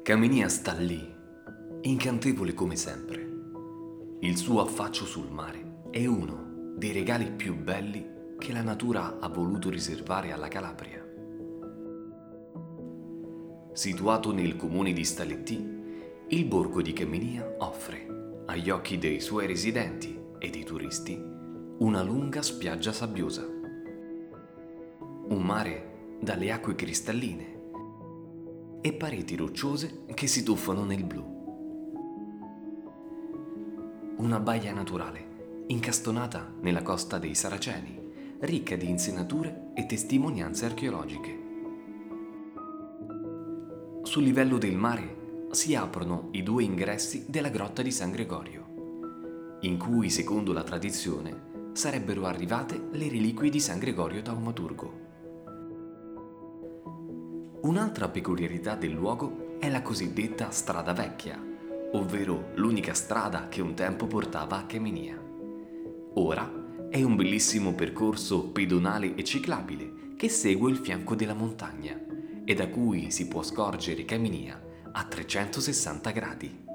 Caminia sta lì, incantevole come sempre. Il suo affaccio sul mare è uno dei regali più belli che la natura ha voluto riservare alla Calabria. Situato nel comune di Stalettì, il borgo di Caminia offre, agli occhi dei suoi residenti e dei turisti, una lunga spiaggia sabbiosa. Un mare dalle acque cristalline e pareti rocciose che si tuffano nel blu. Una baia naturale, incastonata nella costa dei Saraceni, ricca di insenature e testimonianze archeologiche. Sul livello del mare si aprono i due ingressi della grotta di San Gregorio, in cui, secondo la tradizione, sarebbero arrivate le reliquie di San Gregorio Taumaturgo. Un'altra peculiarità del luogo è la cosiddetta strada vecchia, ovvero l'unica strada che un tempo portava a Caminia. Ora è un bellissimo percorso pedonale e ciclabile che segue il fianco della montagna e da cui si può scorgere Caminia a 360 gradi.